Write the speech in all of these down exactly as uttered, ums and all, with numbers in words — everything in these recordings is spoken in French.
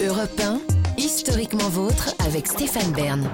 Europe un, historiquement vôtre avec Stéphane Bern.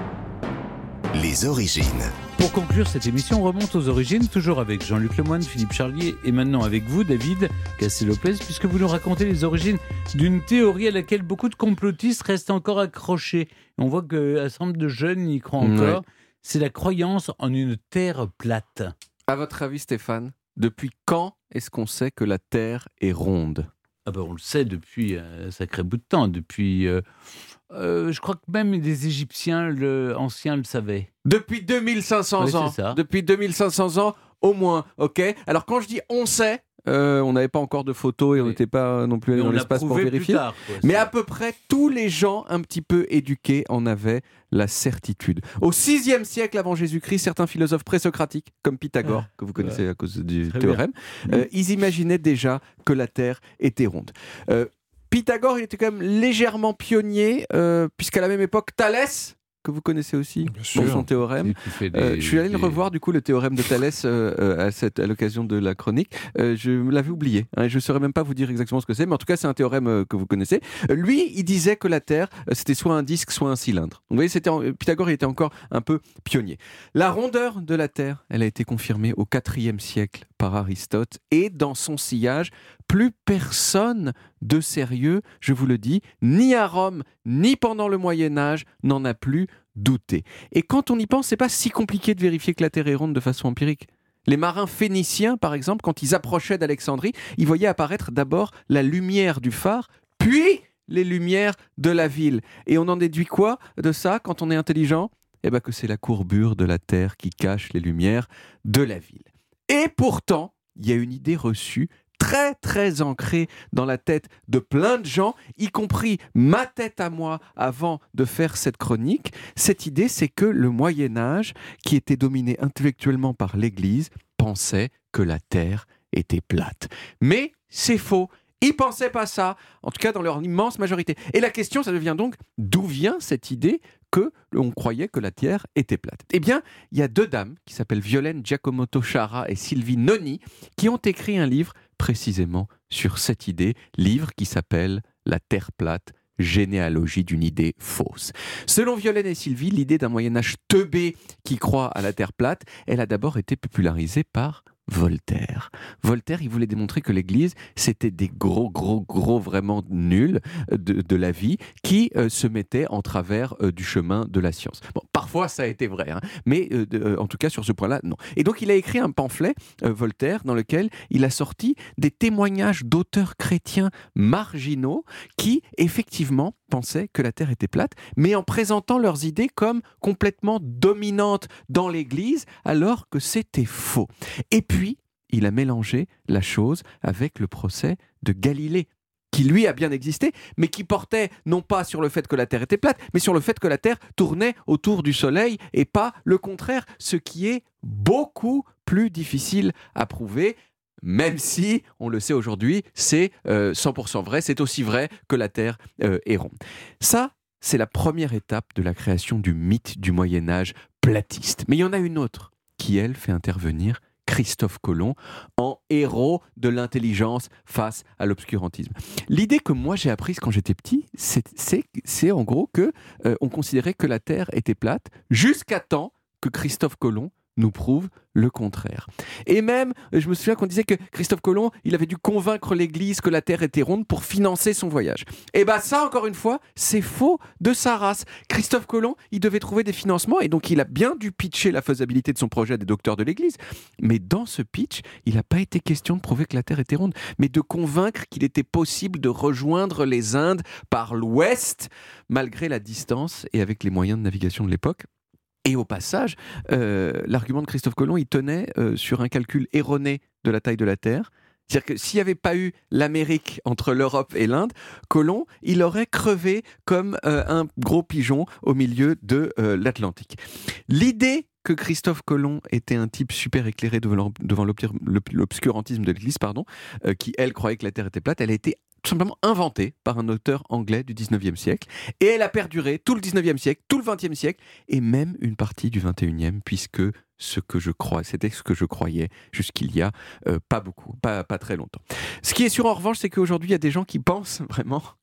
Les origines. Pour conclure cette émission, on remonte aux origines, toujours avec Jean-Luc Lemoyne, Philippe Charlier et maintenant avec vous, David Cassé-Lopez, puisque vous nous racontez les origines d'une théorie à laquelle beaucoup de complotistes restent encore accrochés. On voit qu'un certain nombre de jeunes y croient encore. Ouais. C'est la croyance en une terre plate. À votre avis, Stéphane, depuis quand est-ce qu'on sait que la Terre est ronde ? Ah ben on le sait depuis un sacré bout de temps, depuis... Euh, euh, je crois que même les Égyptiens le, anciens le savaient. Depuis deux mille cinq cents oui, ans. C'est ça. Depuis deux mille cinq cents ans, au moins, ok ? Alors quand je dis on sait, euh, on n'avait pas encore de photos et oui. on n'était pas non plus allé dans l'espace pour vérifier. Tard, quoi, mais à peu près tous les gens un petit peu éduqués en avaient la certitude. Au sixième siècle avant Jésus-Christ, certains philosophes présocratiques, comme Pythagore, ah, que vous connaissez ouais. à cause du Très théorème, euh, ils imaginaient déjà que la Terre était ronde. Euh, Pythagore, il était quand même légèrement pionnier, euh, puisqu'à la même époque, Thalès, que vous connaissez aussi, pour son théorème. Des, euh, je suis allé des... le revoir, du coup, le théorème de Thalès euh, à, cette, à l'occasion de la chronique. Euh, je l'avais oublié. Hein, je ne saurais même pas vous dire exactement ce que c'est, mais en tout cas, c'est un théorème euh, que vous connaissez. Euh, lui, il disait que la Terre, euh, c'était soit un disque, soit un cylindre. Donc, vous voyez, c'était en... Pythagore il était encore un peu pionnier. La rondeur de la Terre, elle a été confirmée au quatrième siècle par Aristote, et dans son sillage, plus personne de sérieux, je vous le dis, ni à Rome, ni pendant le Moyen-Âge, n'en a plus douté. Et quand on y pense, c'est pas si compliqué de vérifier que la Terre est ronde de façon empirique. Les marins phéniciens, par exemple, quand ils approchaient d'Alexandrie, ils voyaient apparaître d'abord la lumière du phare, puis les lumières de la ville. Et on en déduit quoi de ça, quand on est intelligent ? Eh bien que c'est la courbure de la Terre qui cache les lumières de la ville. Et pourtant, il y a une idée reçue très très ancrée dans la tête de plein de gens, y compris ma tête à moi avant de faire cette chronique. Cette idée, c'est que le Moyen-Âge, qui était dominé intellectuellement par l'Église, pensait que la Terre était plate. Mais c'est faux. Ils ne pensaient pas ça, en tout cas dans leur immense majorité. Et la question, ça devient donc, d'où vient cette idée que l'on croyait que la Terre était plate ? Eh bien, il y a deux dames qui s'appellent Violaine Giacomotto Chara et Sylvie Noni qui ont écrit un livre précisément sur cette idée, livre qui s'appelle « La Terre plate ». Généalogie d'une idée fausse. Selon Violaine et Sylvie, l'idée d'un Moyen-Âge teubé qui croit à la Terre plate, elle a d'abord été popularisée par Voltaire. Voltaire, il voulait démontrer que l'Église, c'était des gros, gros, gros, vraiment nuls de, de la vie qui euh, se mettaient en travers euh, du chemin de la science. Bon, parfois, ça a été vrai, hein, mais euh, de, euh, en tout cas, sur ce point-là, non. Et donc, il a écrit un pamphlet, euh, Voltaire, dans lequel il a sorti des témoignages d'auteurs chrétiens marginaux qui, effectivement, pensaient que la Terre était plate, mais en présentant leurs idées comme complètement dominantes dans l'Église, alors que c'était faux. Et puis, il a mélangé la chose avec le procès de Galilée, qui lui a bien existé, mais qui portait non pas sur le fait que la Terre était plate, mais sur le fait que la Terre tournait autour du Soleil et pas le contraire, ce qui est beaucoup plus difficile à prouver. Même si, on le sait aujourd'hui, c'est euh, cent pour cent vrai, c'est aussi vrai que la Terre euh, est ronde. Ça, c'est la première étape de la création du mythe du Moyen-Âge platiste. Mais il y en a une autre qui, elle, fait intervenir Christophe Colomb en héros de l'intelligence face à l'obscurantisme. L'idée que moi j'ai apprise quand j'étais petit, c'est, c'est, c'est en gros qu'on euh, considérait que la Terre était plate jusqu'à temps que Christophe Colomb nous prouve le contraire. Et même, je me souviens qu'on disait que Christophe Colomb, il avait dû convaincre l'Église que la Terre était ronde pour financer son voyage. Et bien ça, encore une fois, c'est faux de sa race. Christophe Colomb, il devait trouver des financements et donc il a bien dû pitcher la faisabilité de son projet à des docteurs de l'Église. Mais dans ce pitch, il n'a pas été question de prouver que la Terre était ronde, mais de convaincre qu'il était possible de rejoindre les Indes par l'ouest, malgré la distance et avec les moyens de navigation de l'époque. Et au passage, euh, l'argument de Christophe Colomb, il tenait euh, sur un calcul erroné de la taille de la Terre. C'est-à-dire que s'il n'y avait pas eu l'Amérique entre l'Europe et l'Inde, Colomb, il aurait crevé comme euh, un gros pigeon au milieu de euh, l'Atlantique. L'idée que Christophe Colomb était un type super éclairé devant, devant l'obscurantisme de l'Église, pardon, euh, qui, elle, croyait que la Terre était plate, elle a été tout simplement inventée par un auteur anglais du dix-neuvième siècle, et elle a perduré tout le dix-neuvième siècle, tout le vingtième siècle, et même une partie du vingt et unième, puisque ce que je crois, c'était ce que je croyais jusqu'il y a euh, pas beaucoup, pas, pas très longtemps. Ce qui est sûr en revanche, c'est qu'aujourd'hui, il y a des gens qui pensent vraiment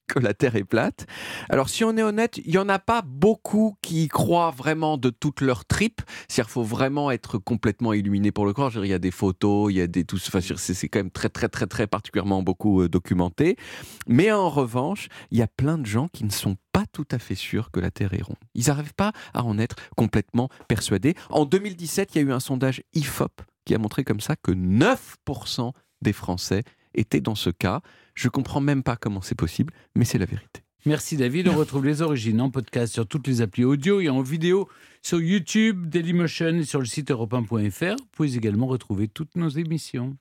que la Terre est plate. Alors, si on est honnête, il n'y en a pas beaucoup qui y croient vraiment de toute leur tripe. C'est-à-dire qu'il faut vraiment être complètement illuminé pour le croire. Je veux dire, il y a des photos, il y a des... Tout, enfin, c'est, c'est quand même très, très, très, très particulièrement beaucoup euh, documenté. Mais en revanche, il y a plein de gens qui ne sont pas tout à fait sûrs que la Terre est ronde. Ils n'arrivent pas à en être complètement persuadés. En deux mille dix-sept, il y a eu un sondage I F O P qui a montré comme ça que neuf pour cent des Français étaient dans ce cas. Je ne comprends même pas comment c'est possible, mais c'est la vérité. Merci David, on retrouve les origines en podcast sur toutes les applis audio et en vidéo sur YouTube, Dailymotion et sur le site europe un point f r. Vous pouvez également retrouver toutes nos émissions.